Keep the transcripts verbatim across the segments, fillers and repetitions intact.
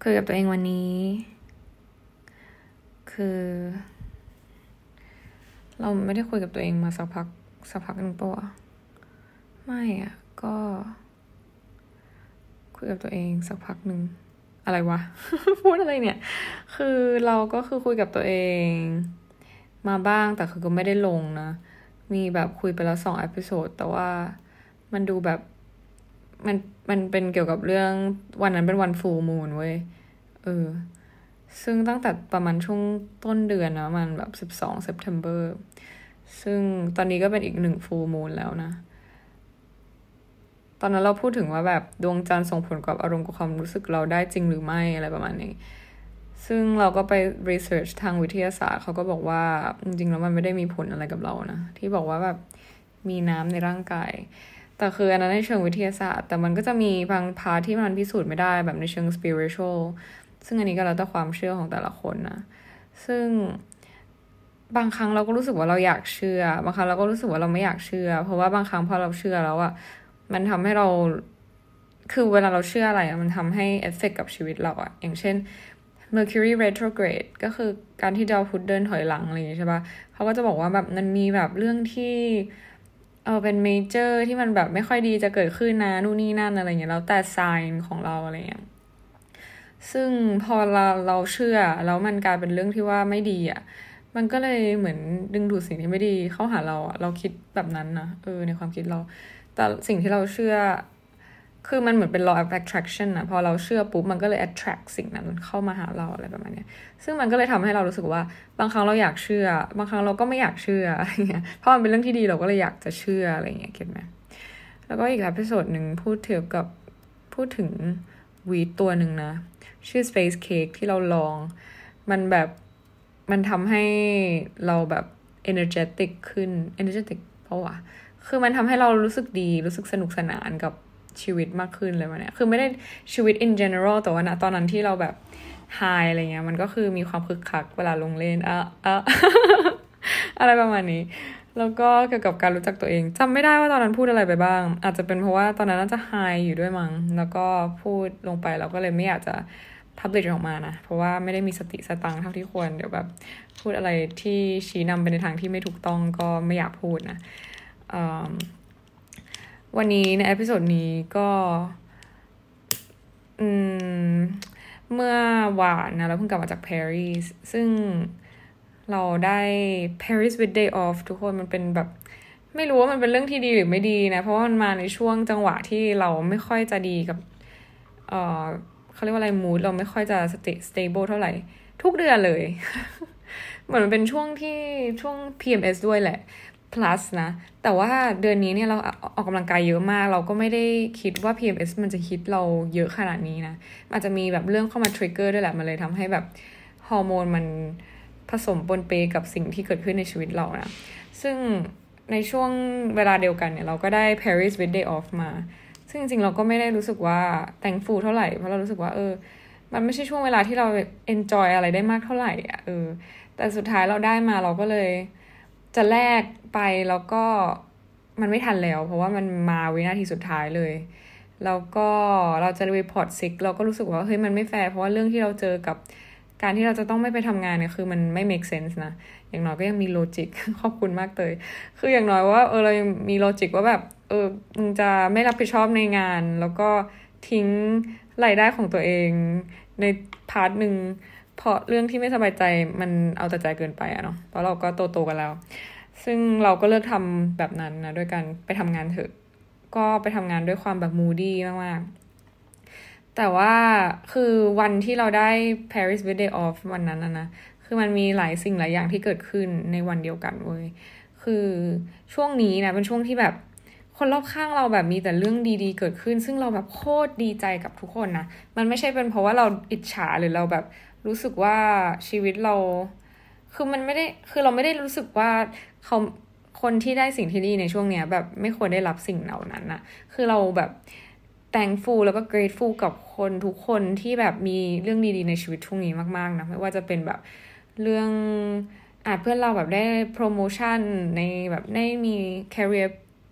คุยกับตัวเองวันนี้คือเราไม่ได้คุยกับตัวเองมาสักพักสักพักนึงปะวะไม่อ่ะก็คุยกับตัวเองสักพักนึงอะไรวะ พูดอะไรเนี่ยคือเราก็คือคุยกับตัวเองมาบ้างแต่คือก็ไม่ได้ลงนะมีแบบคุยไปแล้วสองเอพิโซดแต่ว่ามันดูแบบมันมันเป็นเกี่ยวกับเรื่องวันนั้นเป็นวันฟูลมูนเว้ยเออซึ่งตั้งแต่ประมาณช่วงต้นเดือนนะมันแบบสิบสอง September ซึ่งตอนนี้ก็เป็นอีกหนึ่งฟูลมูนแล้วนะตอนนั้นเราพูดถึงว่าแบบดวงจันทร์ส่งผลกับอารมณ์กับความรู้สึกเราได้จริงหรือไม่อะไรประมาณนี้ซึ่งเราก็ไป research ทางวิทยาศาสตร์เขาก็บอกว่าจริงๆแล้วมันไม่ได้มีผลอะไรกับเรานะที่บอกว่าแบบมีน้ำในร่างกายแต่คืออันนั้นในเชิงวิทยาศาสตร์แต่มันก็จะมีบางพาร์ทที่มันพิสูจน์ไม่ได้แบบในเชิง spiritual ซึ่งอันนี้ก็แล้วแต่ความเชื่อของแต่ละคนนะซึ่งบางครั้งเราก็รู้สึกว่าเราอยากเชื่อบางครั้งเราก็รู้สึกว่าเราไม่อยากเชื่อเพราะว่าบางครั้งพอเราเชื่อแล้วอะมันทำให้เราคือเวลาเราเชื่ออะไรอะมันทำให้เอฟเฟกต์กับชีวิตเราอะอย่างเช่น Mercury retrograde ก็คือการที่ดาวพุธเดินถอยหลังอะไรอย่างงี้ใช่ปะเขาก็จะบอกว่าแบบมันมีแบบเรื่องที่เออเป็นเมเจอร์ที่มันแบบไม่ค่อยดีจะเกิดขึ้นนะนู่นนี่นั่นอะไรเงี้ยแล้วแต่ไซน์ของเราอะไรเงี้ยซึ่งพอเราเราเชื่อแล้วมันกลายเป็นเรื่องที่ว่าไม่ดีอ่ะมันก็เลยเหมือนดึงดูดสิ่งที่ไม่ดีเข้าหาเราอ่ะเราคิดแบบนั้นนะเออในความคิดเราแต่สิ่งที่เราเชื่อคือมันเหมือนเป็น law of attraction นะพอเราเชื่อปุ๊บมันก็เลย attract สิ่งนั้นเข้ามาหาเราอะไรประมาณนี้ซึ่งมันก็เลยทำให้เรารู้สึกว่าบางครั้งเราอยากเชื่อบางครั้งเราก็ไม่อยากเชื่ออะไรเงี้ยเพราะมันเป็นเรื่องที่ดีเราก็เลยอยากจะเชื่ออะไรเงี้ยเก็ทไหมแล้วก็อีกเอพิโซดหนึ่งพูดเกี่ยวกับพูดถึงวีดตัวหนึ่งนะชื่อ space cake ที่เราลองมันแบบมันทำให้เราแบบ energetic ขึ้น energetic เพราะว่าคือมันทำให้เรารู้สึกดีรู้สึกสนุกสนานกับชีวิตมากขึ้นเลยวันนี้คือไม่ได้ชีวิต in general แต่ว่านะตอนนั้นที่เราแบบ high อะไรเงี้ยมันก็คือมีความคึกคักเวลาลงเล่นอ่ะอ่ะ อะไรประมาณนี้แล้วก็เกี่ยวกับการรู้จักตัวเองจำไม่ได้ว่าตอนนั้นพูดอะไรไปบ้างอาจจะเป็นเพราะว่าตอนนั้นน่าจะ high อยู่ด้วยมั้งแล้วก็พูดลงไปเราก็เลยไม่อยากจะ publish ออกมานะเพราะว่าไม่ได้มีสติสตังเท่าที่ควรเดี๋ยวแบบพูดอะไรที่ชี้นำไปในทางที่ไม่ถูกต้องก็ไม่อยากพูดนะวันนี้ในเอพิโซดนี้ก็อืมเมื่อวานนะเราเพิ่งกลับมาจากปารีสซึ่งเราได้ Paris with day off ทุกคนมันเป็นแบบไม่รู้ว่ามันเป็นเรื่องที่ดีหรือไม่ดีนะเพราะว่ามันมาในช่วงจังหวะที่เราไม่ค่อยจะดีกับเอ่อเขาเรียกว่าอะไร mood เราไม่ค่อยจะ stable เท่าไหร่ทุกเดือนเลย เหมือนมันเป็นช่วงที่ช่วง พี เอ็ม เอส ด้วยแหละ plus นะแต่ว่าเดือนนี้เนี่ยเราออกกำลังกายเยอะมากเราก็ไม่ได้คิดว่า พี เอ็ม เอส มันจะฮิตเราเยอะขนาดนี้นะอาจจะมีแบบเรื่องเข้ามา trigger ด้วยแหละมันเลยทำให้แบบฮอร์โมนมันผสมปนเปกับสิ่งที่เกิดขึ้นในชีวิตเรานะซึ่งในช่วงเวลาเดียวกันเนี่ยเราก็ได้ Paris with day off มาซึ่งจริงๆเราก็ไม่ได้รู้สึกว่า thankful เท่าไหร่เพราะเรารู้สึกว่าเออมันไม่ใช่ช่วงเวลาที่เรา enjoy อะไรได้มากเท่าไหร่อ่ะเออแต่สุดท้ายเราได้มาเราก็เลยจะแลกไปแล้วก็มันไม่ทันแล้วเพราะว่ามันมาวินาทีสุดท้ายเลยแล้วก็เราจะ report sick เราก็รู้สึกว่าเฮ้ยมันไม่แฟร์เพราะว่าเรื่องที่เราเจอกับการที่เราจะต้องไม่ไปทำงานเนี่ยคือมันไม่ make sense นะอย่างน้อยก็ยังมี logic ขอบคุณมากเลยคืออย่างน้อยว่าเออเรายังมี logic ว่าแบบเออมึงจะไม่รับผิดชอบในงานแล้วก็ทิ้งรายได้ของตัวเองในพาร์ทหนึ่งเพราะเรื่องที่ไม่สบายใจมันเอาแต่ใจเกินไปอะเนาะเพราะเราก็โตๆกันแล้วซึ่งเราก็เลือกทำแบบนั้นนะด้วยกันไปทำงานเถอะก็ไปทำงานด้วยความแบบ moody มากๆแต่ว่าคือวันที่เราได้ Paris with day off วันนั้นนะนะคือมันมีหลายสิ่งหลายอย่างที่เกิดขึ้นในวันเดียวกันเว้ยคือช่วงนี้นะเป็นช่วงที่แบบคนรอบข้างเราแบบมีแต่เรื่องดีๆเกิดขึ้นซึ่งเราแบบโคตรดีใจกับทุกคนนะมันไม่ใช่เป็นเพราะว่าเราอิจฉาหรือเราแบบรู้สึกว่าชีวิตเราคือมันไม่ได้คือเราไม่ได้รู้สึกว่าเขาคนที่ได้สิ่งที่ดีในช่วงเนี้ยแบบไม่ควรได้รับสิ่งเหล่านั้นนะคือเราแบบ thankful แล้วก็ grateful กับคนทุกคนที่แบบมีเรื่องดีๆในชีวิตช่วงนี้มากๆนะไม่ว่าจะเป็นแบบเรื่องอ่ะเพื่อนเราแบบได้ promotion ในแบบได้มี career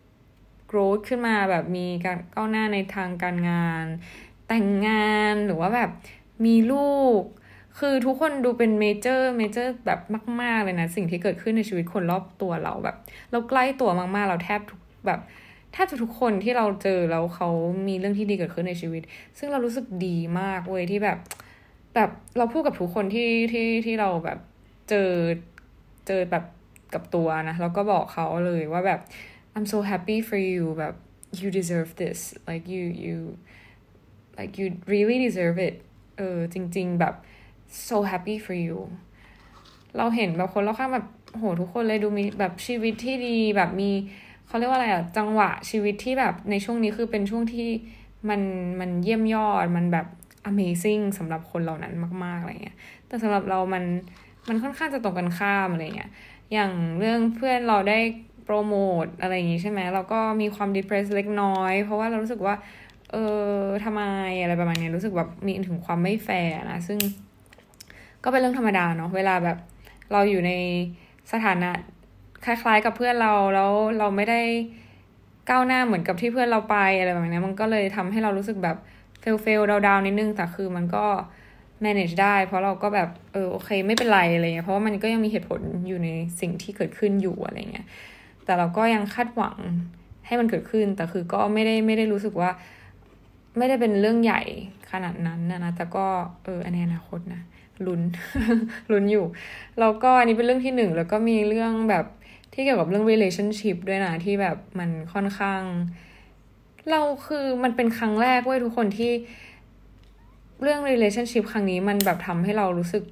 growth ขึ้นมาแบบมีการก้าวหน้าในทางการงานแต่งงานหรือว่าแบบมีลูกคือทุกคนดูเป็นเมเจอร์เมเจอร์แบบมากๆเลยนะสิ่งที่เกิดขึ้นในชีวิตคนรอบตัวเราแบบเราใกล้ตัวมากๆเราแทบทุกแบบแทบจะทุกคนที่เราเจอแล้วเขามีเรื่องที่ดีเกิดขึ้นในชีวิตซึ่งเรารู้สึกดีมากเว้ยที่แบบแบบเราพูดกับทุกคนที่ที่ที่เราแบบเจอเจอแบบกับตัวนะแล้วก็บอกเขาเลยว่าแบบ I'm so happy for you แบบ you deserve this like you you like you really deserve it เออจริงๆแบบ so happy for you เราเห็นแบบคนรอบข้างแบบโหทุกคนเลยดูมีแบบชีวิตที่ดีแบบมีเขาเรียกว่าอะไรอะจังหวะชีวิตที่แบบในช่วงนี้คือเป็นช่วงที่มันมันเยี่ยมยอดมันแบบ amazing สำหรับคนเหล่านั้นมากๆอะไรเงี้ยแต่สำหรับเรามันมันค่อนข้างจะตรงกันข้ามอะไรเงี้ยอย่างเรื่องเพื่อนเราได้โปรโมทอะไรอย่างงี้ใช่ไหมเราก็มีความ depressed เล็กน้อยเพราะว่าเรารู้สึกว่าเออทำไมอะไรประมาณนี้รู้สึกแบบมีถึงความไม่แฟร์นะซึ่งก็เป็นเรื่องธรรมดาเนาะเวลาแบบเราอยู่ในสถานะคล้ายๆกับเพื่อนเราแล้วเราไม่ได้ก้าวหน้าเหมือนกับที่เพื่อนเราไปอะไรแบบนี้มันก็เลยทำให้เรารู้สึกแบบเฟลเฟลดาวๆนิดนึงแต่คือมันก็ manage ได้เพราะเราก็แบบเออโอเคไม่เป็นไรอะไรเงี้ยเพราะว่ามันก็ยังมีเหตุผลอยู่ในสิ่งที่เกิดขึ้นอยู่อะไรเงี้ยแต่เราก็ยังคาดหวังให้มันเกิดขึ้นแต่คือก็ไม่ได้ไม่ได้รู้สึกว่าไม่ได้เป็นเรื่องใหญ่ขนาดนั้นนะนะแต่ก็เออในอนาคตนะลุ้น ลุ้นอยู่แล้วก็อันนี้เป็นเรื่องที่หนึ่งแล้วก็มีเรื่องแบบที่เกี่ยวกับเรื่อง relationship ด้วยนะที่แบบมันค่อนข้างเราคือมันเป็นครั้งแรกเว้ยทุกคนที่เรื่อง relationship ครั้งนี้มันแบบทำให้เรารู้สึก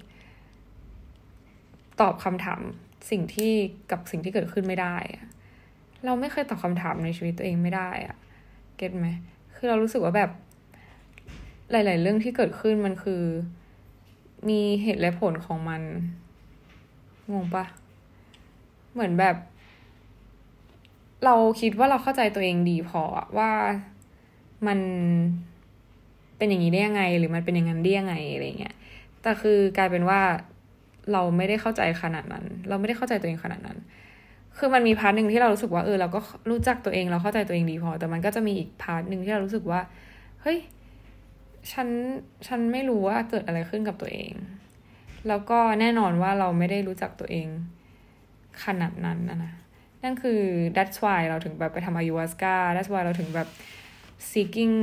ตอบคำถามสิ่งที่กับสิ่งที่เกิดขึ้นไม่ได้อะเราไม่เคยตอบคำถามในชีวิตตัวเองไม่ได้อะเก็ทไหมคือเรารู้สึกว่าแบบหลายๆเรื่องที่เกิดขึ้นมันคือมีเหตุและผลของมันงงปะเหมือนแบบเราคิดว่าเราเข้าใจตัวเองดีพอว่ามันเป็นอย่างนี้ได้ยังไงหรือมันเป็นอย่างนั้นได้ยังไงอะไรเงี้ยแต่คือกลายเป็นว่าเราไม่ได้เข้าใจขนาดนั้นเราไม่ได้เข้าใจตัวเองขนาดนั้นคือมันมีพาร์ทนึงที่เรารู้สึกว่าเออเราก็รู้จักตัวเองเราเข้าใจตัวเองดีพอแต่มันก็จะมีอีกพาร์ทนึงที่เรารู้สึกว่าเฮ้ยฉันฉันไม่รู้ว่าเกิดอะไรขึ้นกับตัวเองแล้วก็แน่นอนว่าเราไม่ได้รู้จักตัวเองขนาดนั้นนะนะนั่นคือ that's why เราถึงแบบไปทำอายุวัสกา that's why เราถึงแบบ seeking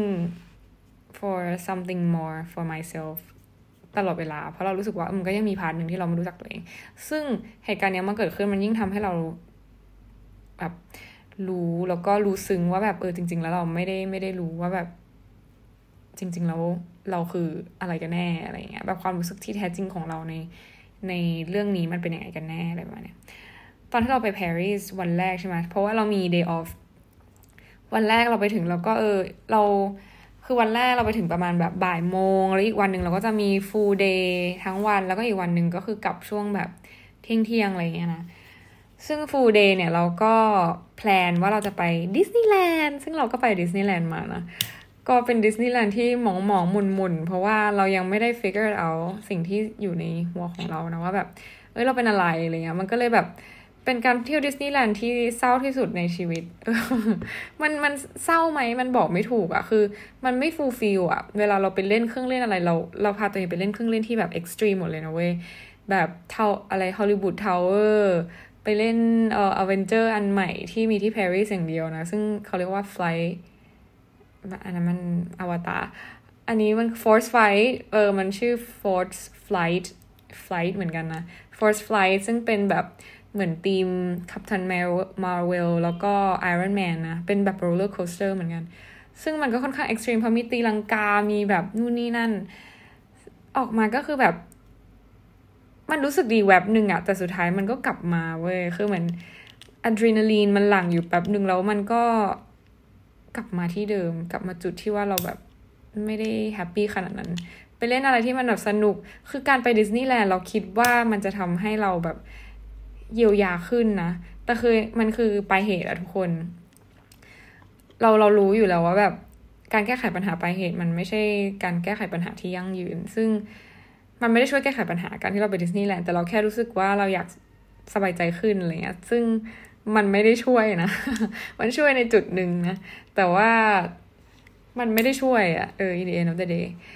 for something more for myself ตลอดเวลาเพราะเรารู้สึกว่ามันก็ยังมีพาร์ทนึงที่เราไม่รู้จักตัวเองซึ่งเหตุการณ์นี้มันเกิดขึ้นมันยิ่งทำให้เราแบบรู้แล้วก็รู้ซึ้งว่าแบบเออจริงๆแล้วเราไม่ได้ไม่ได้รู้ว่าแบบจริงๆแล้วเราคืออะไรกันแน่อะไรเงี้ยแบบความรู้สึกที่แท้จริงของเราในในเรื่องนี้มันเป็นยังไงกันแน่อะไรประมาณนี้ตอนที่เราไปปารีสวันแรกใช่ไหมเพราะว่าเรามี day off วันแรกเราไปถึงเราก็เออเราคือวันแรกเราไปถึงประมาณแบบบ่ายโมงแล้วอีกวันหนึ่งเราก็จะมี full day ทั้งวันแล้วก็อีกวันหนึ่งก็คือกลับช่วงแบบเที่ยงเที่ยงอะไรเงี้ยนะซึ่ง full day เนี่ยเราก็แพลนว่าเราจะไปดิสนีย์แลนด์ซึ่งเราก็ไปดิสนีย์แลนด์มานะก็เป็นดิสนีย์แลนด์ที่หมองหมองมุนมุนเพราะว่าเรายังไม่ได้ figure out สิ่งที่อยู่ในหัวของเรานะว่าแบบเอ้ยเราเป็นอะไรอะไรเงี้ยมันก็เลยแบบเป็นการเที่ยวดิสนีย์แลนด์ที่เศร้าที่สุดในชีวิต มันมันเศร้าไหมมันบอกไม่ถูกอะคือมันไม่ฟูลฟิลอะเวลาเราไปเล่นเครื่องเล่นอะไรเราเราพาตัวเองไปเล่นเครื่องเล่นที่แบบเอ็กซ์ตรีมหมดเลยนะเว้ยแบบเท่าอะไรฮอลลีวูดทาวเวอร์ไปเล่นเอ่ออเวนเจอร์อันใหม่ที่มีที่ปารีสอย่างเดียวนะซึ่งเขาเรียกว่าไฟล์อันนั้นมันอวตารอันนี้มัน Force Flight เออมันชื่อ Force Flight Flight เหมือนกันนะ Force Flight ซึ่งเป็นแบบเหมือนทีมกัปตันมาร์เวลแล้วก็ไอรอนแมนนะเป็นแบบโรลเลอร์โคสเตอร์เหมือนกันซึ่งมันก็ค่อนข้างเอ็กซ์ตรีมเพราะมีตีลังกามีแบบนู่นนี่นั่นออกมาก็คือแบบมันรู้สึกดีแวบหนึ่งอะแต่สุดท้ายมันก็กลับมาเว้ยคือเหมือนอะดรีนาลีนมันหลั่งอยู่แป๊บหนึ่งแล้วมันก็กลับมาที่เดิมกลับมาจุดที่ว่าเราแบบไม่ได้แฮปปี้ขนาดนั้นไปเล่นอะไรที่มันแบบสนุกคือการไปดิสนีย์แลนด์เราคิดว่ามันจะทำให้เราแบบเยียวยาขึ้นนะแต่คือมันคือปลายเหตุอะทุกคนเราเรารู้อยู่แล้วว่าแบบการแก้ไขปัญหาปลายเหตุมันไม่ใช่การแก้ไขปัญหาที่ยั่งยืนซึ่งมันไม่ได้ช่วยแก้ไขปัญหาการที่เราไปดิสนีย์แลนด์แต่เราแค่รู้สึกว่าเราอยากสบายใจขึ้นอะไรเงี้ยซึ่งมันไม่ได้ช่วยนะ มันช่วยในจุดหนึ่งนะแต่ว่ามันไม่ได้ช่วยอะเออ in the end of the day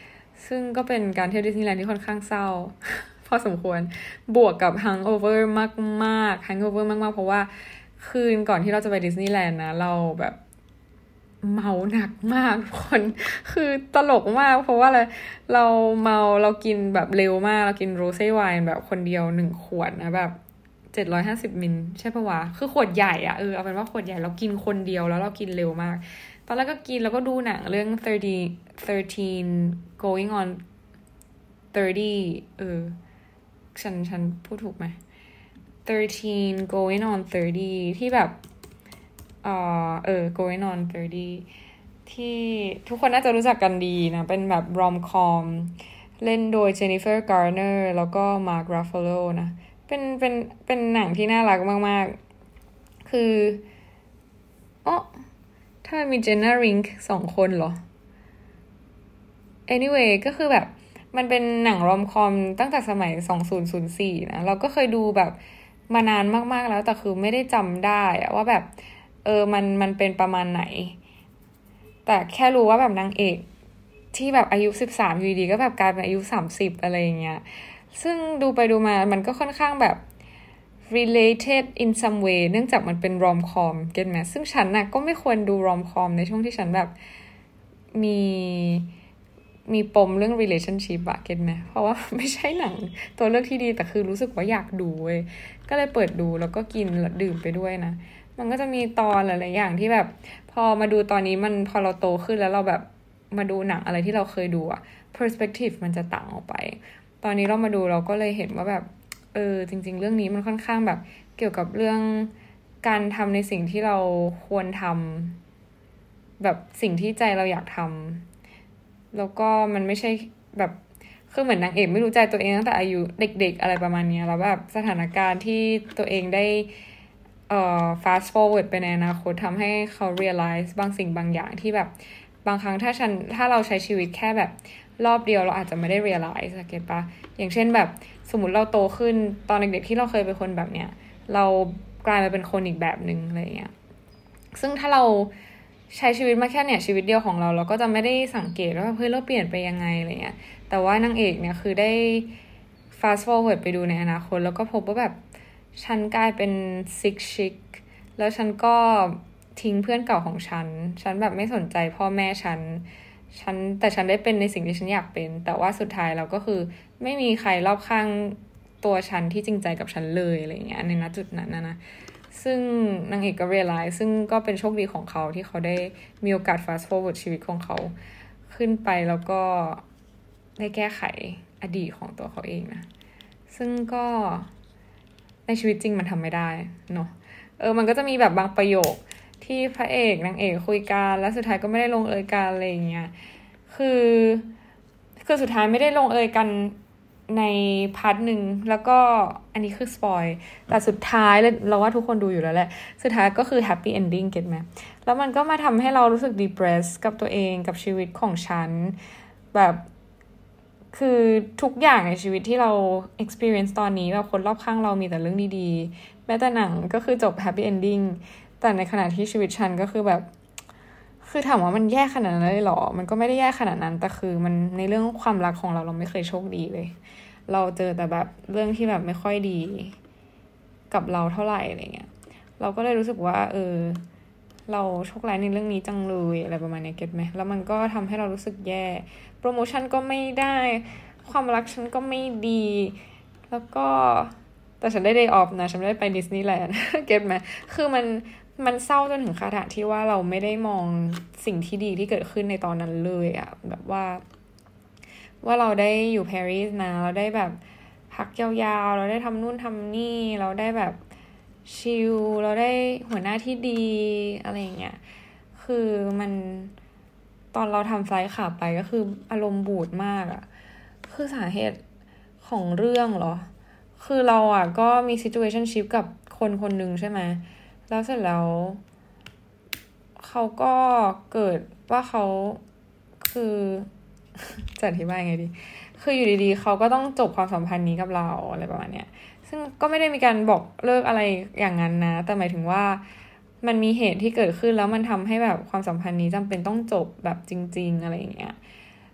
ซึ่งก็เป็นการเที่ยวดิสนีย์แลนด์ที่ค่อนข้างเศร้า พอสมควรบวกกับ hangover มากๆ hangover มากๆเพราะว่าคืนก่อนที่เราจะไปดิสนีย์แลนด์นะเราแบบเมาหนักมากทุกคนคือตลกมากเพราะว่าอะไรเราเมาเรากินแบบเร็วมากเรากินโรเซ่ไวน์แบบคนเดียวหนึ่งขวดนะแบบเจ็ดร้อยห้าสิบมิลใช่ปะวะคือขวดใหญ่อะเออเอาเป็นว่าขวดใหญ่เรากินคนเดียวแล้วเรากินเร็วมากตอนแรกก็กินแล้วก็ดูหนังเรื่องthirty thirteen going on thirtyเออฉันฉันพูดถูกไหมthirteen going on thirtyที่แบบเออเออ going on thirty ที่ทุกคนน่าจะรู้จักกันดีนะเป็นแบบ rom com เล่นโดย Jennifer Garner แล้วก็ Mark Ruffalo นะเป็นเป็นเป็นหนังที่น่ารักมากๆคืออ๋อถ้ามี Jenna Rink สองคนเหรอ anyway ก็คือแบบมันเป็นหนังรอมคอมตั้งแต่สมัยสองพันสี่นะเราก็เคยดูแบบมานานมากๆแล้วแต่คือไม่ได้จำได้ว่าแบบเออมันมันเป็นประมาณไหนแต่แค่รู้ว่าแบบนางเอกที่แบบอายุสิบสามอยู่ดีก็แบบกลายเป็นอายุสามสิบอะไรอย่างเงี้ยซึ่งดูไปดูมามันก็ค่อนข้างแบบ related in some way เนื่องจากมันเป็นรอมคอมเก็ทไหมซึ่งฉันน่ะก็ไม่ควรดูรอมคอมในช่วงที่ฉันแบบมีมีปมเรื่อง relationship อะเก็ทไหมเพราะว่าไม่ใช่หนังตัวเลือกที่ดีแต่คือรู้สึกว่าอยากดูเว้ยก็เลยเปิดดูแล้วก็กินแล้วดื่มไปด้วยนะมันก็จะมีตอนหลายๆอย่างที่แบบพอมาดูตอนนี้มันพอเราโตขึ้นแล้วเราแบบมาดูหนังอะไรที่เราเคยดูอะ perspective มันจะต่างออกไปตอนนี้เรามาดูเราก็เลยเห็นว่าแบบเออจริงๆเรื่องนี้มันค่อนข้างแบบเกี่ยวกับเรื่องการทำในสิ่งที่เราควรทำแบบสิ่งที่ใจเราอยากทำแล้วก็มันไม่ใช่แบบคือเหมือนนางเอกไม่รู้ใจตัวเองตั้งแต่อายุเด็กๆอะไรประมาณนี้แล้วแบบสถานการณ์ที่ตัวเองได้เอ่อ fast forward ไปในอนาคตทำให้เขา realize บางสิ่งบางอย่างที่แบบบางครั้งถ้าฉันถ้าเราใช้ชีวิตแค่แบบรอบเดียวเราอาจจะไม่ได้ realize เก็ทปะอย่างเช่นแบบสมมุติเราโตขึ้นตอนเด็กๆที่เราเคยเป็นคนแบบเนี้ยเรากลายมาเป็นคนอีกแบบนึงอะไรอย่างเงี้ยซึ่งถ้าเราใช้ชีวิตมาแค่เนี่ยชีวิตเดียวของเราเราก็จะไม่ได้สังเกตว่าเฮ้ยเราเปลี่ยนไปยังไงอะไรเงี้ยแต่ว่านางเอกเนี่ยคือได้ fast forward ไปดูในอนาคตแล้วก็พบว่าแบบฉันกลายเป็น sick chick แล้วฉันก็ทิ้งเพื่อนเก่าของฉันฉันแบบไม่สนใจพ่อแม่ฉันฉันแต่ฉันได้เป็นในสิ่งที่ฉันอยากเป็นแต่ว่าสุดท้ายเราก็คือไม่มีใครรอบข้างตัวฉันที่จริงใจกับฉันเลยอะไรเงี้ยในณจุดนั้นนะนะซึ่งนางเอกก็ realize ซึ่งก็เป็นโชคดีของเขาที่เขาได้มีโอกาส fast forward ชีวิตของเขาขึ้นไปแล้วก็ได้แก้ไขอดีตของตัวเขาเองนะซึ่งก็ในชีวิตจริงมันทำไม่ได้เนาะเออมันก็จะมีแบบบางประโยคที่พระเอกนางเอกคุยกันแล้วสุดท้ายก็ไม่ได้ลงเอยกันอะไรอย่างเงี้ยคือคือสุดท้ายไม่ได้ลงเอยกันในพาร์ทหนึ่งแล้วก็อันนี้คือสปอยแต่สุดท้ายเราว่าทุกคนดูอยู่แล้วแหละสุดท้ายก็คือแฮปปี้เอนดิ้งเก็ทไหมแล้วมันก็มาทำให้เรารู้สึกดีเพรสกับตัวเองกับชีวิตของฉันแบบคือทุกอย่างในชีวิตที่เรา experience ตอนนี้แบบคนรอบข้างเรามีแต่เรื่องดีๆแม้แต่หนังก็คือจบ happy ending แต่ในขณะที่ชีวิตฉันก็คือแบบคือถามว่ามันแย่ขนาดนั้นเลยเหรอมันก็ไม่ได้แย่ขนาดนั้นแต่คือมันในเรื่องความรักของเราเราไม่เคยโชคดีเลยเราเจอแต่แบบเรื่องที่แบบไม่ค่อยดีกับเราเท่าไหร่อะไรเงี้ยเราก็เลยรู้สึกว่าเออเราโชคร้ายในเรื่องนี้จังเลยอะไรประมาณนี้เก็ทไหมแล้วมันก็ทำให้เรารู้สึกแย่โปรโมชั่นก็ไม่ได้ความรักฉันก็ไม่ดีแล้วก็แต่ฉันได้ day off นะฉันไม่ได้ไปดิสนีย์แลนด์เก็ทไหมคือมันมันเศร้าจนถึงขนาดที่ว่าเราไม่ได้มองสิ่งที่ดีที่เกิดขึ้นในตอนนั้นเลยอะแบบว่าว่าเราได้อยู่ปารีสนะเราได้แบบพักยาวๆเราได้ทำนู่นทำนี่เราได้แบบชิลเราได้หัวหน้าที่ดีอะไรอย่างเงี้ยคือมันตอนเราทำไฟล์ขาไปก็คืออารมณ์บูดมากอะคือสาเหตุของเรื่องเหรอคือเราอะก็มี situationship กับคนคนหนึ่งใช่ไหมแล้วเสร็จแล้วเขาก็เกิดว่าเขาคือจะอธิบายไงดีคืออยู่ดีๆเขาก็ต้องจบความสัมพันธ์นี้กับเราอะไรประมาณเนี้ยซึ่งก็ไม่ได้มีการบอกเลิกอะไรอย่างนั้นนะแต่หมายถึงว่ามันมีเหตุที่เกิดขึ้นแล้วมันทำให้แบบความสัมพันธ์นี้จำเป็นต้องจบแบบจริงๆอะไรอย่างเงี้ย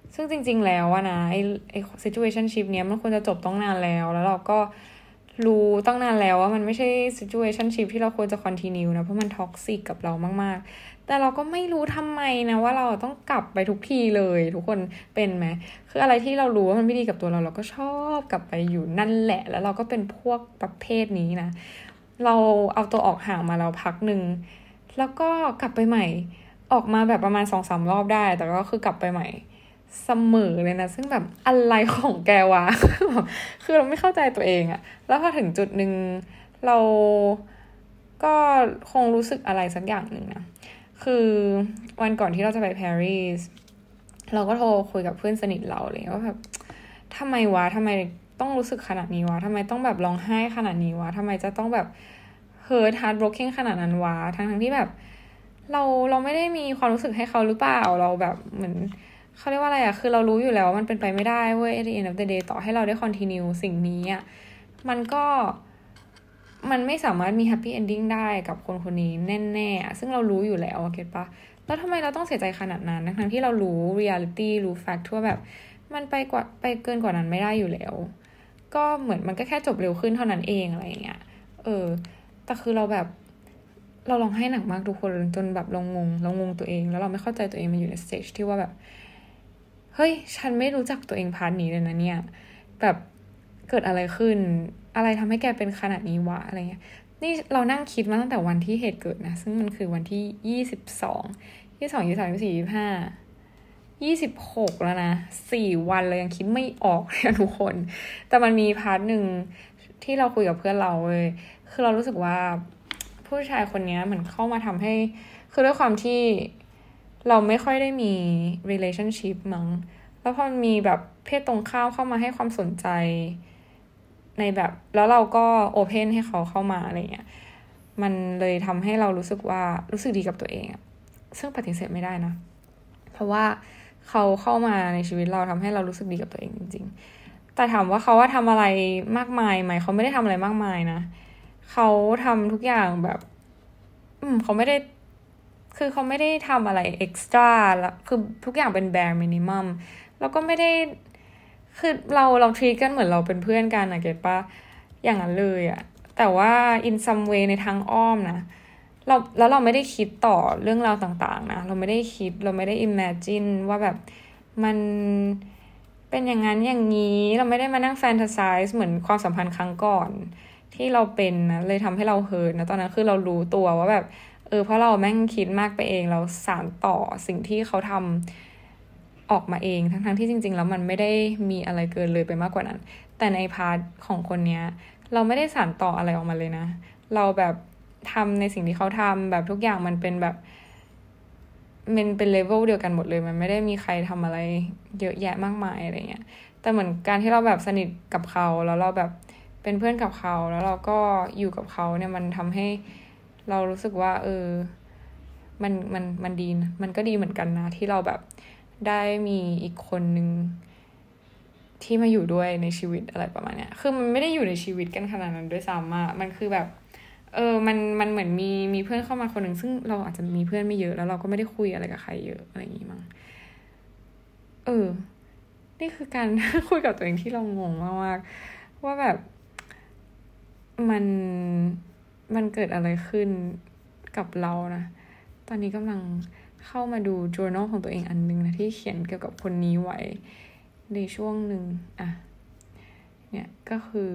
ซึ่งจริงๆแล้วอะนะไอ้ไอ้ situationship เนี้ยมันควรจะจบต้องนานแล้วแล้วเราก็รู้ต้องนานแล้วว่ามันไม่ใช่ situationship ที่เราควรจะ continue นะเพราะมัน toxic กับเรามากๆแต่เราก็ไม่รู้ทำไมนะว่าเราต้องกลับไปทุกทีเลยทุกคนเป็นไหมคืออะไรที่เรารู้ว่ามันไม่ดีกับตัวเราเราก็ชอบกลับไปอยู่นั่นแหละแล้วเราก็เป็นพวกประเภทนี้นะเราเอาตัวออกห่างมาแล้วพักหนึ่งแล้วก็กลับไปใหม่ออกมาแบบประมาณ สองสาม รอบได้แต่ก็คือกลับไปใหม่เสมอเลยนะซึ่งแบบอะไรของแกวะ คือเราไม่เข้าใจตัวเองอะแล้วพอถึงจุดหนึ่งเราก็คงรู้สึกอะไรสักอย่างหนึ่งนะคือวันก่อนที่เราจะไปปารีสเราก็โทรคุยกับเพื่อนสนิทเราเลยว่าแบบทำไมวะทำไมต้องรู้สึกขนาดนี้วะทำไมต้องแบบร้องไห้ขนาดนี้วะทำไมจะต้องแบบ hurt heartbroken ขนาดนั้นวะทั้งทั้งที่แบบเราเราไม่ได้มีความรู้สึกให้เขาหรือเปล่าเราแบบเหมือนเขาเรียกว่าอะไรอะคือเรารู้อยู่แล้วว่ามันเป็นไปไม่ได้เว้ย at the end of the day ต่อให้เราได้ continue สิ่งนี้อะมันก็มันไม่สามารถมี happy ending ได้กับคนคนนี้แน่ๆซึ่งเรารู้อยู่แล้วเก็ตปะแล้วทำไมเราต้องเสียใจขนาดนั้นทั้งที่เรารู้ reality รู้ fact ทั่วแบบมันไปกว่าไปเกินกว่านั้นไม่ได้อยู่แล้วก็เหมือนมันก็แค่จบเร็วขึ้นเท่านั้นเองอะไรอย่างเงี้ยเออแต่คือเราแบบเราร้องไห้หนักมากทุกคนจนแบบเรางงเรางงตัวเองแล้วเราไม่เข้าใจตัวเองมันอยู่ใน stage ที่ว่าแบบเฮ้ยฉันไม่รู้จักตัวเองพาร์ทนี้เลยนะเนี่ยแบบเกิดอะไรขึ้นอะไรทำให้แกเป็นขนาดนี้วะอะไรเงี้ยนี่เรานั่งคิดมาตั้งแต่วันที่เหตุเกิดนะซึ่งมันคือวันที่ยี่สิบสอง ยี่สิบสอง ยี่สิบสาม ยี่สิบสี่ ยี่สิบห้า ยี่สิบหกแล้วนะสี่วันเลยยังคิดไม่ออกเลยทุกคนแต่มันมีพาร์ทหนึ่งที่เราคุยกับเพื่อนเราเว้ยคือเรารู้สึกว่าผู้ชายคนนี้เหมือนเข้ามาทำให้คือด้วยความที่เราไม่ค่อยได้มี relationship มั้งแล้วพอมีแบบเพศตรงข้ามเข้ามาให้ความสนใจในแบบแล้วเราก็โอเพนให้เขาเข้ามาอะไรเงี้ยมันเลยทำให้เรารู้สึกว่ารู้สึกดีกับตัวเองอะซึ่งปฏิเสธไม่ได้นะเพราะว่าเขาเข้ามาในชีวิตเราทำให้เรารู้สึกดีกับตัวเองจริงๆแต่ถามว่าเขาว่าทำอะไรมากมายไหมเขาไม่ได้ทำอะไรมากมายนะเขาทำทุกอย่างแบบอืมเขาไม่ได้คือเขาไม่ได้ทำอะไรเอ็กซ์ตร้าแล้วคือทุกอย่างเป็น bare minimum แล้วก็ไม่ได้คือเราเราทรีตกันเหมือนเราเป็นเพื่อนกันนะเก็ตปะอย่างนั้นเลยอะแต่ว่า in some way ในทางอ้อมนะเราแล้วเราไม่ได้คิดต่อเรื่องราวต่างๆนะเราไม่ได้คิดเราไม่ได้ imagine ว่าแบบมันเป็นอย่างนั้นอย่างนี้เราไม่ได้มานั่ง fantasize เหมือนความสัมพันธ์ครั้งก่อนที่เราเป็นนะเลยทำให้เราเฮิร์ตนะตอนนั้นคือเรารู้ตัวว่าแบบเออเพราะเราแม่งคิดมากไปเองเราสานต่อสิ่งที่เขาทำออกมาเองทั้งๆที่จริงๆแล้วมันไม่ได้มีอะไรเกินเลยไปมากกว่านั้นแต่ในพาร์ทของคนเนี้ยเราไม่ได้สานต่ออะไรออกมาเลยนะเราแบบทำในสิ่งที่เขาทำแบบทุกอย่างมันเป็นแบบมันเป็นเลเวลเดียวกันหมดเลยมันไม่ได้มีใครทำอะไรเยอะแยะมากมายอะไรเงี้ยแต่เหมือนการที่เราแบบสนิทกับเขาแล้วเราแบบเป็นเพื่อนกับเขาแล้วเราก็อยู่กับเขาเนี่ยมันทำให้เรารู้สึกว่าเออมันมันมันดีมันก็ดีเหมือนกันนะที่เราแบบได้มีอีกคนนึงที่มาอยู่ด้วยในชีวิตอะไรประมาณเนี้ยคือมันไม่ได้อยู่ในชีวิตกันขนาดนั้นด้วยซ้ำอะมันคือแบบเออมันมันเหมือนมีมีเพื่อนเข้ามาคนหนึ่งซึ่งเราอาจจะมีเพื่อนไม่เยอะแล้วเราก็ไม่ได้คุยอะไรกับใครเยอะอะไรอย่างงี้มั้งเออนี่คือการ คุยกับตัวเองที่เรางงมากๆว่าแบบมันมันเกิดอะไรขึ้นกับเรานะตอนนี้กำลังเข้ามาดู journal ของตัวเองอันนึงนะที่เขียนเกี่ยวกับคนนี้ไว้ในช่วงหนึ่งอ่ะเนี่ยก็คือ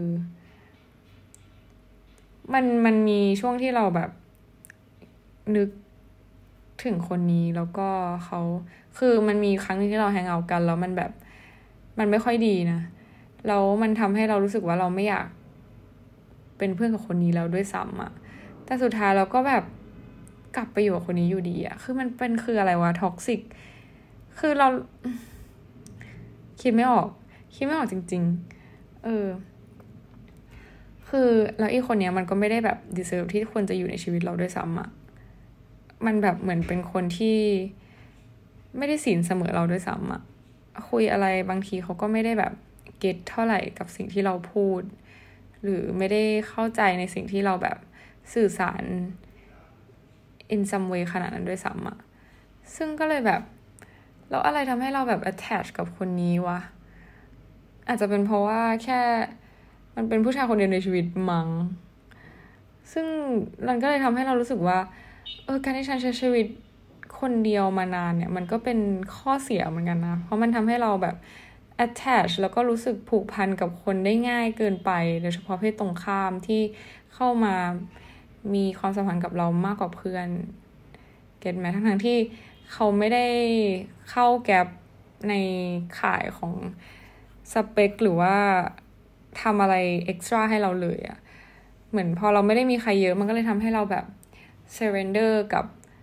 มันมันมีช่วงที่เราแบบนึกถึงคนนี้แล้วก็เขาคือมันมีครั้งนึงที่เราแฮงเอาท์กันแล้วมันแบบมันไม่ค่อยดีนะแล้วมันทำให้เรารู้สึกว่าเราไม่อยากเป็นเพื่อนกับคนนี้แล้วด้วยซ้ำอะแต่สุดท้ายเราก็แบบกลับไปอยู่กับคนนี้อยู่ดีอะคือมันเป็นคืออะไรวะท็อกซิกคือเราคิดไม่ออกคิดไม่ออกจริงๆเออคือแล้วอีกคนเนี้ยมันก็ไม่ได้แบบ deserve ที่ควรจะอยู่ในชีวิตเราด้วยซ้ำอะมันแบบเหมือนเป็นคนที่ไม่ได้ศีลเสมอเราด้วยซ้ำอะคุยอะไรบางทีเขาก็ไม่ได้แบบเก็ตเท่าไหร่กับสิ่งที่เราพูดหรือไม่ได้เข้าใจในสิ่งที่เราแบบสื่อสาร in some way ขนาดนั้นด้วยซ้ำอะซึ่งก็เลยแบบแล้วอะไรทำให้เราแบบ attach กับคนนี้วะอาจจะเป็นเพราะว่าแค่มันเป็นผู้ชายคนเดียวในชีวิตมั้งซึ่งมันก็เลยทำให้เรารู้สึกว่าเออการที่ฉันใช้ชีวิตคนเดียวมานานเนี่ยมันก็เป็นข้อเสียเหมือนกันนะเพราะมันทำให้เราแบบ attach แล้วก็รู้สึกผูกพันกับคนได้ง่ายเกินไปโดยเฉพาะเพศตรงข้ามที่เข้ามามีความสัมพันธ์กับเรามากกว่าเพื่อนเก็ทไหมทั้งๆที่เขาไม่ได้เข้าแก็ปในข่ายของสเปคหรือว่าทำอะไรเอ็กซ์ตร้าให้เราเลยอะเหมือนพอเราไม่ได้มีใครเยอะมันก็เลยทำให้เราแบบ surrender กับ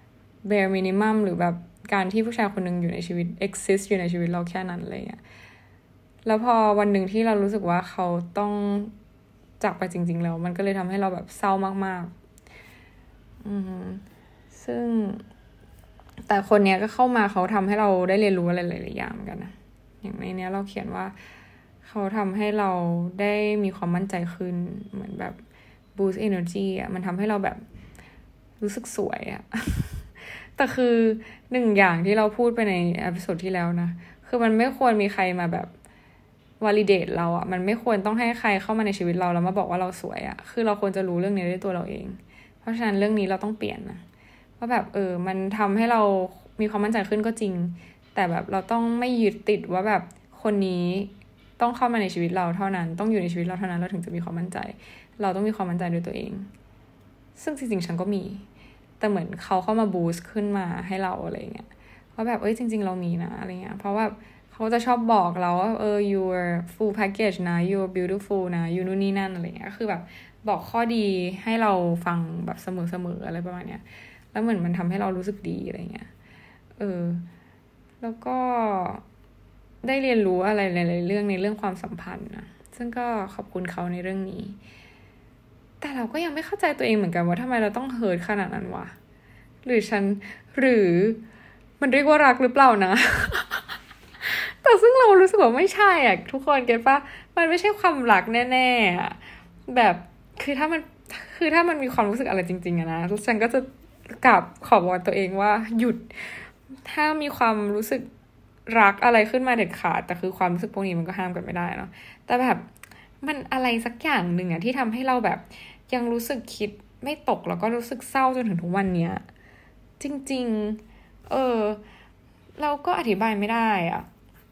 bare minimum หรือแบบการที่ผู้ชายคนหนึ่งอยู่ในชีวิต exist อยู่ในชีวิตเราแค่นั้นอะไรเงี้ยแล้วพอวันหนึ่งที่เรารู้สึกว่าเขาต้องจากไปจริงๆแล้วมันก็เลยทำให้เราแบบเศร้ามากๆอืมซึ่งแต่คนเนี้ยก็เข้ามาเขาทำให้เราได้เรียนรู้อะไรหลายๆอย่างเหมือนกันนะอย่างในเนี้ยเราเขียนว่าเขาทำให้เราได้มีความมั่นใจขึ้นเหมือนแบบ boost energy อ่ะมันทำให้เราแบบรู้สึกสวยอ่ะ แต่คือหนึ่งอย่างที่เราพูดไปในเอพิโซดที่แล้วนะคือมันไม่ควรมีใครมาแบบvalidate เราอ่ะมันไม่ควรต้องให้ใครเข้ามาในชีวิตเราแล้วมาบอกว่าเราสวยอ่ะคือเราควรจะรู้เรื่องนี้ด้วยตัวเราเองเพราะฉะนั้นเรื่องนี้เราต้องเปลี่ยนนะว่าแบบเออมันทำให้เรามีความมั่นใจขึ้นก็จริงแต่แบบเราต้องไม่ยึดติดว่าแบบคนนี้ต้องเข้ามาในชีวิตเราเท่านั้นต้องอยู่ในชีวิตเราเท่านั้นเราถึงจะมีความมั่นใจเราต้องมีความมั่นใจด้วยตัวเองซึ่งจริงๆฉันก็มีแต่เหมือนเขาเข้ามาบูสต์ขึ้นมาให้เราอะไรเงี้ยว่าแบบเอ้ยจริงๆเรามีนะอะไรเงี้ยเพราะว่าเขาจะชอบบอกเราว่าเออ you're full package นะ you're beautiful นะ you นู่นนี่นั่นอะไรเงี้ยคือแบบบอกข้อดีให้เราฟังแบบเสมอๆอะไรประมาณเนี้ยแล้วเหมือนมันทำให้เรารู้สึกดีอะไรเงี้ยเออแล้วก็ได้เรียนรู้อะไรหลายๆเรื่องในเรื่องความสัมพันธ์นะซึ่งก็ขอบคุณเขาในเรื่องนี้แต่เราก็ยังไม่เข้าใจตัวเองเหมือนกันว่าทำไมเราต้องเฮิร์ตขนาดนั้นวะหรือฉันหรือมันเรียกว่ารักหรือเปล่านะ แต่ซึ่งเรารู้สึกว่าไม่ใช่อ่ะทุกคนเก็ทปะมันไม่ใช่ความรักแน่ๆอ่ะแบบคือถ้ามันคือถ้ามันมีความรู้สึกอะไรจริงๆอะนะฉันก็จะกลับขอวอนตัวเองว่าหยุดถ้ามีความรู้สึกรักอะไรขึ้นมาเด็ดขาดแต่คือความรู้สึกพวกนี้มันก็ห้ามกันไม่ได้เนาะแต่แบบมันอะไรสักอย่างหนึ่งอะที่ทำให้เราแบบยังรู้สึกคิดไม่ตกแล้วก็รู้สึกเศร้าจนถึงทุกวันเนี้ยจริงๆเออเราก็อธิบายไม่ได้อะ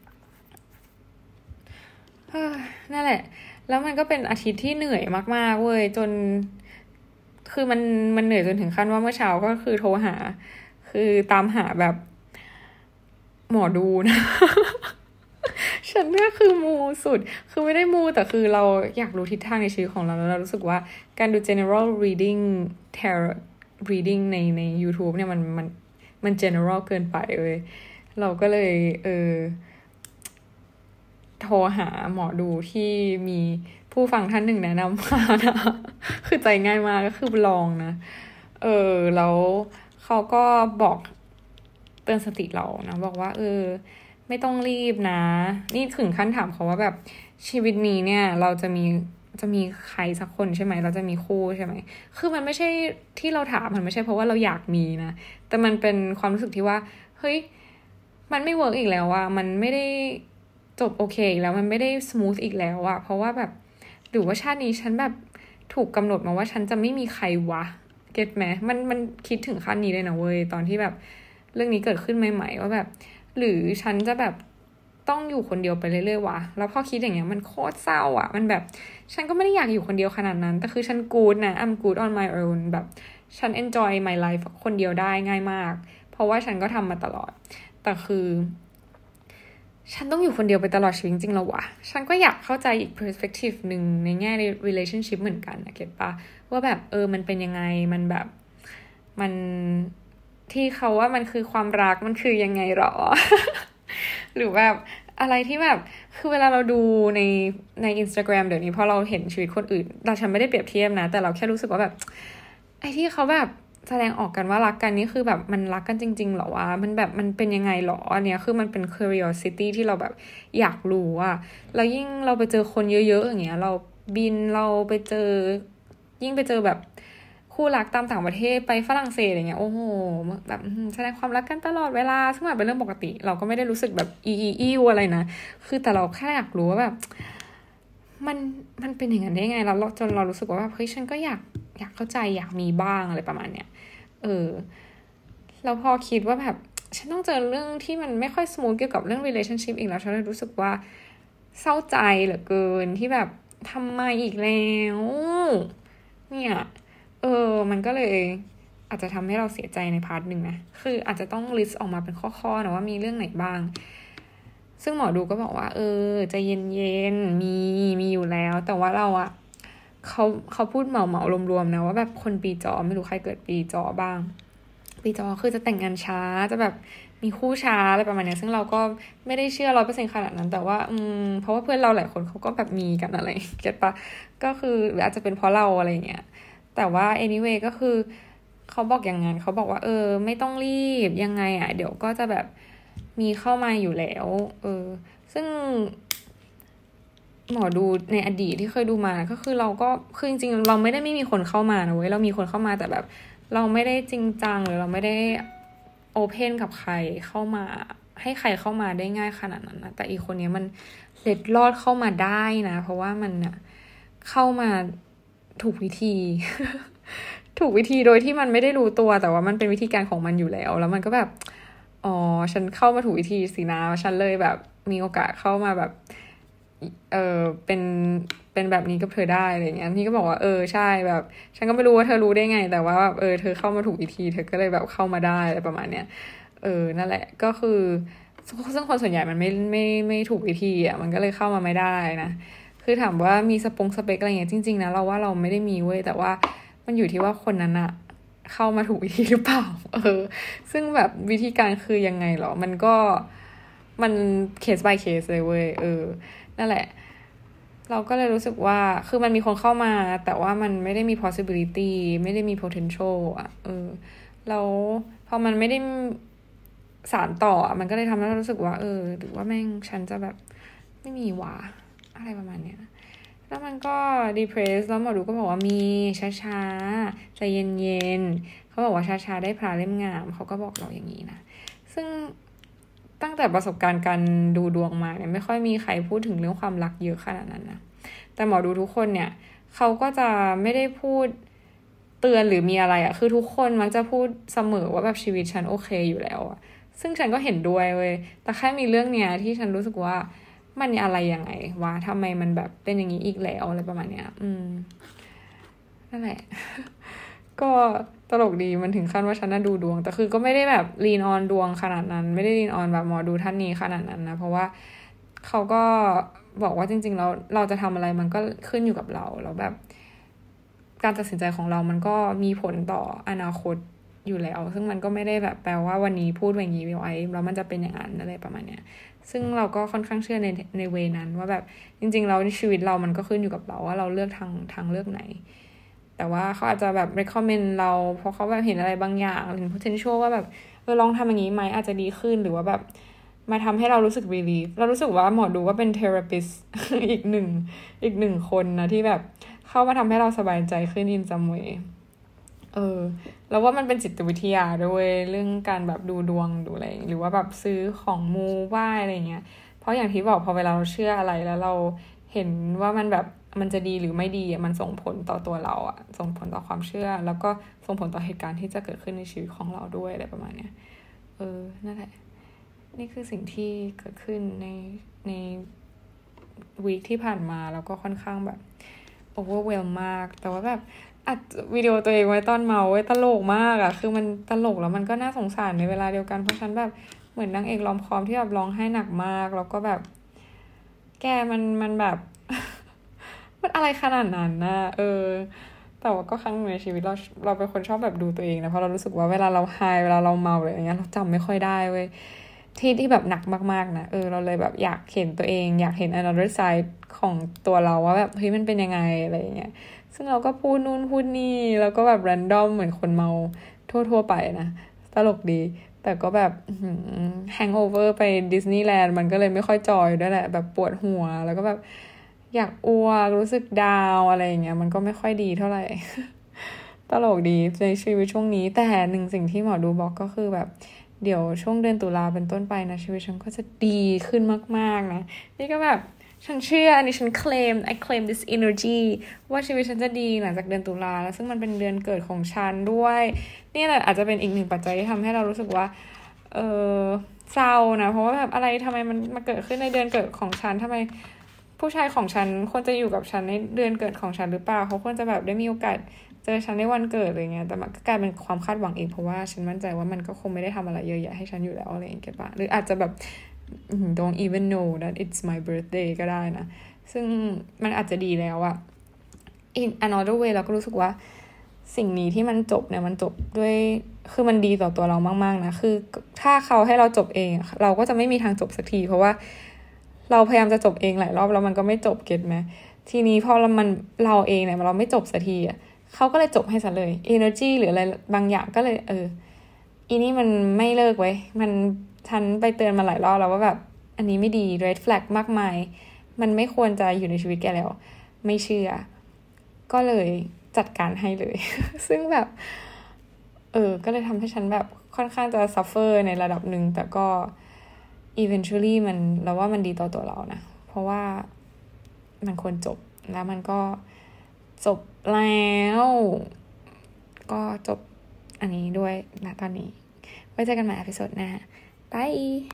เออนั่นแหละแล้วมันก็เป็นอาทิตย์ที่เหนื่อยมากๆเว้ยจนคือมันมันเหนื่อยจนถึงขั้นว่าเมื่อเช้าก็คือโทรหาคือตามหาแบบหมอดูนะ ฉันก็คือมูสุดคือไม่ได้มูแต่คือเราอยากรู้ทิศทางในชีวิตของเราแล้วเรารู้สึกว่าการดู general reading tarot reading ในใน YouTube เนี่ยมันมันมัน general เกินไปเลยเราก็เลยเออโทรหาหมอดูที่มีผู้ฟังท่านหนึ่งแนะนำมานะคือใจง่ายมากก็คือลองนะเออแล้วเขาก็บอกเตือนสติเรานะบอกว่าเออไม่ต้องรีบนะนี่ถึงขั้นถามเขาว่าแบบชีวิตนี้เนี่ยเราจะมีจะมีใครสักคนใช่ไหมเราจะมีคู่ใช่ไหมคือมันไม่ใช่ที่เราถามมันไม่ใช่เพราะว่าเราอยากมีนะแต่มันเป็นความรู้สึกที่ว่าเฮ้ยมันไม่เวิร์กอีกแล้วอะมันไม่ได้จบโอเคอีกแล้วมันไม่ได้สมูทอีกแล้วอะเพราะว่าแบบหรือว่าชาตินี้ฉันแบบถูกกำหนดมาว่าฉันจะไม่มีใครวะเก็ทไหมมันมันคิดถึงขั้นนี้เลยนะเว้ยตอนที่แบบเรื่องนี้เกิดขึ้นใหม่ๆว่าแบบหรือฉันจะแบบต้องอยู่คนเดียวไปเรื่อยๆวะแล้วพอคิดอย่างเงี้ยมันโคตรเศร้าอ่ะมันแบบฉันก็ไม่ได้อยากอยู่คนเดียวขนาดนั้นแต่คือฉันกู๊ดนะ I'm good on my own แบบฉัน enjoy my life คนเดียวได้ง่ายมากเพราะว่าฉันก็ทำมาตลอดแต่คือฉันต้องอยู่คนเดียวไปตลอดชีวิตจริงๆแล้ววะฉันก็อยากเข้าใจอีก perspective หนึ่งในแง่ใน relationship เหมือนกันนะเก็ทปะว่าแบบเออมันเป็นยังไงมันแบบมันที่เขาว่ามันคือความรักมันคือยังไงหรอ หรือแบบอะไรที่แบบคือเวลาเราดูในใน Instagram เดี๋ยวนี้พอเราเห็นชีวิตคนอื่นเราฉันไม่ได้เปรียบเทียบนะแต่เราแค่รู้สึกว่าแบบไอ้ที่เขาแบบแสดงออกกันว่ารักกันนี่คือแบบมันรักกันจริงๆหรอวะมันแบบมันเป็นยังไงหรออันเนี้ยคือมันเป็น curiosity ที่เราแบบอยากรู้อะแล้วยิ่งเราไปเจอคนเยอะๆอย่างเงี้ยเราบินเราไปเจอยิ่งไปเจอแบบคคู่รักตามต่างประเทศไปฝรั่งเศสอย่างเงี้ยโอ้โหแบบแสดงความรักกันตลอดเวลาซึ่งแบบเป็นเรื่องปกติเราก็ไม่ได้รู้สึกแบบอีอีอีวอะไรนะคือแต่เราแค่อยากรู้ว่าแบบมันมันเป็นอย่างนั้นได้ไงเราจนเรารู้สึกว่าแบบเฮ้ยฉันก็อยากอยากเข้าใจอยากมีบ้างอะไรประมาณเนี้ยเออแล้วพอคิดว่าแบบฉันต้องเจอเรื่องที่มันไม่ค่อยสมูทเกี่ยวกับเรื่อง relationship อีกแล้วฉันเลยรู้สึกว่าเศร้าใจเหลือเกินที่แบบทำไมอีกแล้วเนี่ยเออมันก็เลยอาจจะทำให้เราเสียใจในพาร์ทหนึ่งนะคืออาจจะต้อง list ออกมาเป็นข้อๆนะว่ามีเรื่องไหนบ้างซึ่งหมอดูก็บอกว่าเออใจเย็นๆมีมีอยู่แล้วแต่ว่าเราอะเขาเขาพูดเหมาเหมารวมๆนะว่าแบบคนปีจอไม่รู้ใครเกิดปีจอบ้างปีจอคือจะแต่งงานช้าจะแบบมีคู่ช้าอะไรประมาณนี้ซึ่งเราก็ไม่ได้เชื่อร้อยเปอร์เซ็นต์ขนาดนั้นแต่ว่าอืมเพราะว่าเพื่อนเราหลายคนเขาก็แบบมีกันอะไรเก็ตปะก็คือหรืออาจจะเป็นเพราะเราอะไรเงี้ยแต่ว่า anyway ก็คือเขาบอกอย่างนั้นเขาบอกว่าเออไม่ต้องรีบยังไงอ่ะเดี๋ยวก็จะแบบมีเข้ามาอยู่แล้วเออซึ่งหมอดูในอดีตที่เคยดูมาก็คือเราก็คือจริงๆเราไม่ได้ไม่มีคนเข้ามานะเว้ยเรามีคนเข้ามาแต่แบบเราไม่ได้จริงจังหรือเราไม่ได้โอเพนกับใครเข้ามาให้ใครเข้ามาได้ง่ายขนาดนั้นนะแต่อีกคนนี้มันเล็ดลอดเข้ามาได้นะเพราะว่ามันเนี่ยเข้ามาถูกวิธี ถูกวิธีโดยที่มันไม่ได้รู้ตัวแต่ว่ามันเป็นวิธีการของมันอยู่แล้วแล้วมันก็แบบอ๋อฉันเข้ามาถูกวิธีสินะฉันเลยแบบมีโอกาสเข้ามาแบบเออเป็นเป็นแบบนี้กับเธอได้อะไรเงี้ยนี่ก็บอกว่าเออใช่แบบฉันก็ไม่รู้ว่าเธอรู้ได้ไงแต่ว่าแบบเออเธอเข้ามาถูกวิธีเธอก็เลยแบบเข้ามาได้อะไรประมาณเนี้ยเออนั่นแหละก็คือซึ่งคนส่วนใหญ่มันไม่ไม่ไม่ถูกวิธีอ่ะมันก็เลยเข้ามาไม่ได้นะคือถามว่ามีสปงสเปคอะไรเงี้ยจริงๆนะเราว่าเราไม่ได้มีเว้ยแต่ว่ามันอยู่ที่ว่าคนนั้นอะเข้ามาถูกวิธีหรือเปล่าเออซึ่งแบบวิธีการคือยังไงหรอมันก็มันเคส by เคสเลยเว้ยเออนั่นแหละเราก็เลยรู้สึกว่าคือมันมีคนเข้ามาแต่ว่ามันไม่ได้มี possibility ไม่ได้มี potential อ่ะเออแล้วพอมันไม่ได้สานต่ออ่ะมันก็เลยทำให้เรารู้สึกว่าเออหรือว่าแม่งฉันจะแบบไม่มีวะอะไรประมาณเนี้ยแล้วมันก็ depressed แล้วหมอดูก็บอกว่ามีช้าๆใจเย็นๆเขาบอกว่าช้าๆได้พระเล่มงามเขาก็บอกเราอย่างนี้นะซึ่งตั้งแต่ประสบการณ์การดูดวงมาเนี่ยไม่ค่อยมีใครพูดถึงเรื่องความรักเยอะขนาดนั้นนะแต่หมอดูทุกคนเนี่ยเขาก็จะไม่ได้พูดเตือนหรือมีอะไรอะคือทุกคนมักจะพูดเสมอว่าแบบชีวิตฉันโอเคอยู่แล้วอะซึ่งฉันก็เห็นด้วยเว้ยแต่แค่มีเรื่องเนี้ยที่ฉันรู้สึกว่ามันอะไรยังไงวะทำไมมันแบบเป็นอย่างนี้อีกแล้วอะไรประมาณเนี้ยอืมนั่นแหละ ก็ตลกดีมันถึงขั้นว่าฉันน่ะดูดวงแต่คือก็ไม่ได้แบบลีนออนดวงขนาดนั้นไม่ได้ลีนออนแบบหมอดูท่านนี้ขนาดนั้นนะเพราะว่าเขาก็บอกว่าจริงๆแล้วเราจะทำอะไรมันก็ขึ้นอยู่กับเราแล้วแบบการตัดสินใจของเรามันก็มีผลต่ออนาคตอยู่แล้วซึ่งมันก็ไม่ได้แบบแปลว่าวันนี้พูดอย่างนี้ไว้แล้วมันจะเป็นอย่างนั้นอะไรประมาณเนี้ยซึ่งเราก็ค่อนข้างเชื่อในในเวนั้นว่าแบบจริงๆแล้วชีวิตเรามันก็ขึ้นอยู่กับเราว่าเราเลือกทางทางเลือกไหนแต่ว่าเขาอาจจะแบบ recommend เราเพราะเขาแบบเห็นอะไรบางอย่างเห็น potential ว่าแบบเออลองทำอย่างนี้ไหมอาจจะดีขึ้นหรือว่าแบบมาทำให้เรารู้สึก relief เรารู้สึกว่าหมอดูว่าเป็น therapist อีกหนึ่งอีกหนึ่งคนนะที่แบบเข้ามาทำให้เราสบายใจขึ้น in some way เออแล้วว่ามันเป็นจิตวิทยาด้วยเรื่องการแบบดูดวงดูอะไรหรือว่าแบบซื้อของมูไหว้อะไรเงี้ยเพราะอย่างที่บอกพอเวลาเราเชื่ออะไรแล้วเราเห็นว่ามันแบบมันจะดีหรือไม่ดีมันส่งผลต่อตัวเราอะส่งผลต่อความเชื่อแล้วก็ส่งผลต่อเหตุการณ์ที่จะเกิดขึ้นในชีวิตของเราด้วยอะไรประมาณเนี้ยเออนั่นแหละนี่คือสิ่งที่เกิดขึ้นในในวีคที่ผ่านมาแล้วก็ค่อนข้างแบบโอเวอร์เวลมากแต่ว่าแบบอัดวิดีโอตัวเองไว้ตอนเมาไว้ตลกมากอะคือมันตลกแล้วมันก็น่าสงสารในเวลาเดียวกันเพราะฉันแบบเหมือนนางเอกรอมคอมที่แบบร้องไห้หนักมากแล้วก็แบบแกมันมันแบบ มันอะไรขนาดนั้นนะเออแต่ว่าก็ครั้งหนึ่งในชีวิตเราเราเป็นคนชอบแบบดูตัวเองนะเพราะเรารู้สึกว่าเวลาเราไฮเวลาเราเมาอะไรอย่างเงี้ยเราจำไม่ค่อยได้เว้ยที่ที่แบบหนักมากๆนะเออเราเลยแบบอยากเห็นตัวเองอยากเห็น another side ของตัวเราว่าแบบเฮ้ยมันเป็นยังไงอะไรอย่างเงี้ยซึ่งเราก็พูดนู่นพูดนี่แล้วก็แบบ random เหมือนคนเมาทั่วๆไปนะตลกดีแต่ก็แบบแฮงโอเวอร์ไปดิสนีย์แลนด์มันก็เลยไม่ค่อยจอยด้วยแหละแบบปวดหัวแล้วก็แบบอยากอ้วกรู้สึกดาวอะไรอย่างเงี้ยมันก็ไม่ค่อยดีเท่าไหร่ตลกดีในชีวิตช่วงนี้แต่หนึ่งสิ่งที่หมอดูบอกก็คือแบบเดี๋ยวช่วงเดือนตุลาเป็นต้นไปนะชีวิตฉันก็จะดีขึ้นมากๆนะนี่ก็แบบฉันเชื่ออันนี้ฉัน claim I claim this energy ว่าชีวิตฉันจะดีหลังจากเดือนตุลาแล้วซึ่งมันเป็นเดือนเกิดของฉันด้วยนี่แหละอาจจะเป็นอีกหนึ่งปัจจัยที่ทำให้เรารู้สึกว่าเออเศร้านะเพราะว่าแบบอะไรทำไมมันมาเกิดขึ้นในเดือนเกิดของฉันทำไมผู้ชายของฉันควรจะอยู่กับฉันในเดือนเกิดของฉันหรือเปล่าเขาควรจะแบบได้มีโอกาสเจอฉันในวันเกิดอะไรเงี้ยแต่มันก็กลายเป็นความคาดหวังเองเพราะว่าฉันมั่นใจว่ามันก็คงไม่ได้ทำอะไรเยอะแยะให้ฉันอยู่แล้วอะไรอย่างเงี้ยป่ะหรืออาจจะแบบ don't even know that it's my birthday ก็ได้นะซึ่งมันอาจจะดีแล้วอะ in another way เราก็รู้สึกว่าสิ่งนี้ที่มันจบเนี่ยมันจบด้วยคือมันดีต่อตัวเรามากๆนะคือถ้าเขาให้เราจบเองเราก็จะไม่มีทางจบสักทีเพราะว่าเราพยายามจะจบเองหลายรอบแล้วมันก็ไม่จบเก็ทไหมทีนี้พอเรามันเราเองเนี่ยเราไม่จบสักทีอ่ะเขาก็เลยจบให้ซะเลย energy หรืออะไรบางอย่างก็เลยเอออีนี่มันไม่เลิกไว้มันฉันไปเตือนมาหลายรอบแล้วว่าแบบอันนี้ไม่ดี red flag มากมายมันไม่ควรจะอยู่ในชีวิตแกแล้วไม่เชื่อก็เลยจัดการให้เลย ซึ่งแบบเออก็เลยทำให้ฉันแบบค่อนข้างจะ suffer ในระดับหนึ่งแต่ก็ eventually มันเราว่ามันดีต่อตัวเรานะเพราะว่ามันควรจบแล้วมันก็จบแล้วก็จบอันนี้ด้วยนะตอนนี้ไว้เจอกันใหม่อพิโซดหน้าบาย